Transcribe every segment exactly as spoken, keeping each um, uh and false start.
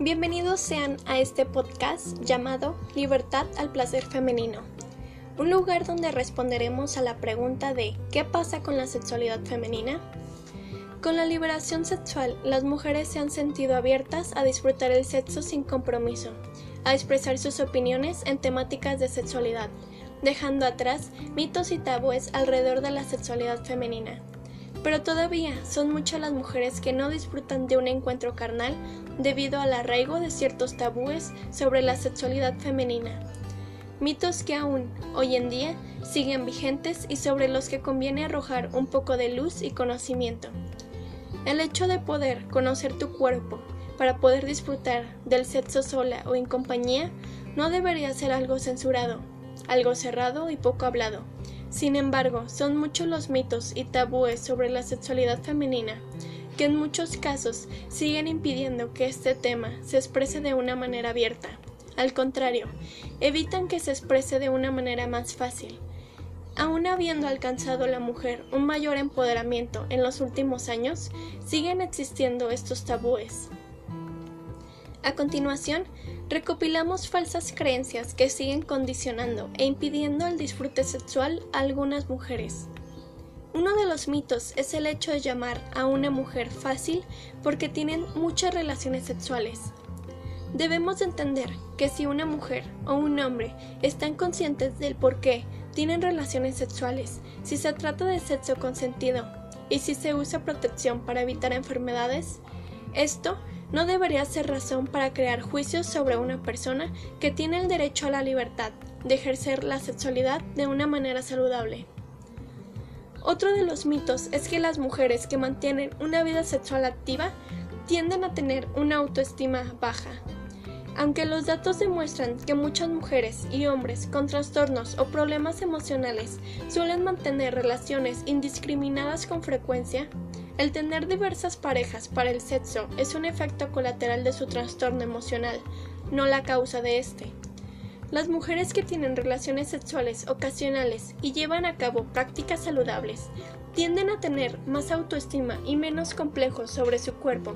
Bienvenidos sean a este podcast llamado Libertad al Placer Femenino, un lugar donde responderemos a la pregunta de ¿qué pasa con la sexualidad femenina? Con la liberación sexual, las mujeres se han sentido abiertas a disfrutar el sexo sin compromiso, a expresar sus opiniones en temáticas de sexualidad, dejando atrás mitos y tabúes alrededor de la sexualidad femenina. Pero todavía son muchas las mujeres que no disfrutan de un encuentro carnal debido al arraigo de ciertos tabúes sobre la sexualidad femenina. Mitos que aún, hoy en día, siguen vigentes y sobre los que conviene arrojar un poco de luz y conocimiento. El hecho de poder conocer tu cuerpo para poder disfrutar del sexo sola o en compañía no debería ser algo censurado, algo cerrado y poco hablado. Sin embargo, son muchos los mitos y tabúes sobre la sexualidad femenina que en muchos casos siguen impidiendo que este tema se exprese de una manera abierta. Al contrario, evitan que se exprese de una manera más fácil. Aún habiendo alcanzado la mujer un mayor empoderamiento en los últimos años, siguen existiendo estos tabúes. A continuación, recopilamos falsas creencias que siguen condicionando e impidiendo el disfrute sexual a algunas mujeres. Uno de los mitos es el hecho de llamar a una mujer fácil porque tienen muchas relaciones sexuales. Debemos entender que si una mujer o un hombre están conscientes del por qué tienen relaciones sexuales, si se trata de sexo consentido y si se usa protección para evitar enfermedades, esto no debería ser razón para crear juicios sobre una persona que tiene el derecho a la libertad de ejercer la sexualidad de una manera saludable. Otro de los mitos es que las mujeres que mantienen una vida sexual activa tienden a tener una autoestima baja. Aunque los datos demuestran que muchas mujeres y hombres con trastornos o problemas emocionales suelen mantener relaciones indiscriminadas con frecuencia, el tener diversas parejas para el sexo es un efecto colateral de su trastorno emocional, no la causa de este. Las mujeres que tienen relaciones sexuales ocasionales y llevan a cabo prácticas saludables tienden a tener más autoestima y menos complejos sobre su cuerpo.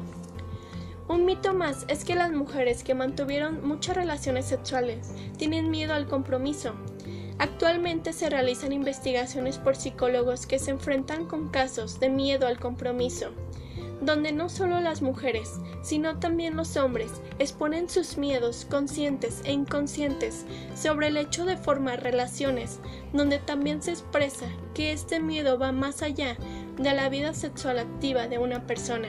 Un mito más es que las mujeres que mantuvieron muchas relaciones sexuales tienen miedo al compromiso. Actualmente se realizan investigaciones por psicólogos que se enfrentan con casos de miedo al compromiso, donde no solo las mujeres, sino también los hombres exponen sus miedos conscientes e inconscientes sobre el hecho de formar relaciones, donde también se expresa que este miedo va más allá de la vida sexual activa de una persona,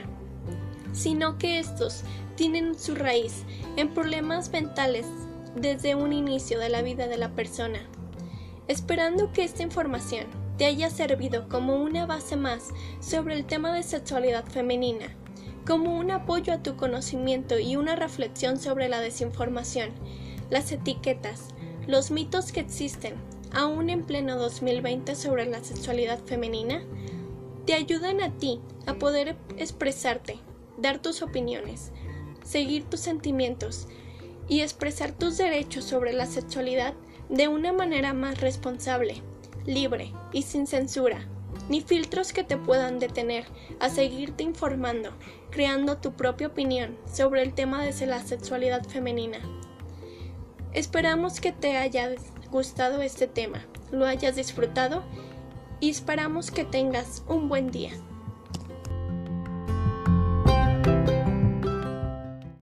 sino que estos tienen su raíz en problemas mentales desde un inicio de la vida de la persona. Esperando que esta información te haya servido como una base más sobre el tema de sexualidad femenina, como un apoyo a tu conocimiento y una reflexión sobre la desinformación, las etiquetas, los mitos que existen, aún en pleno dos mil veinte sobre la sexualidad femenina, te ayudan a ti a poder expresarte, dar tus opiniones, seguir tus sentimientos y expresar tus derechos sobre la sexualidad de una manera más responsable, libre y sin censura, ni filtros que te puedan detener a seguirte informando, creando tu propia opinión sobre el tema de la sexualidad femenina. Esperamos que te haya gustado este tema, lo hayas disfrutado y esperamos que tengas un buen día.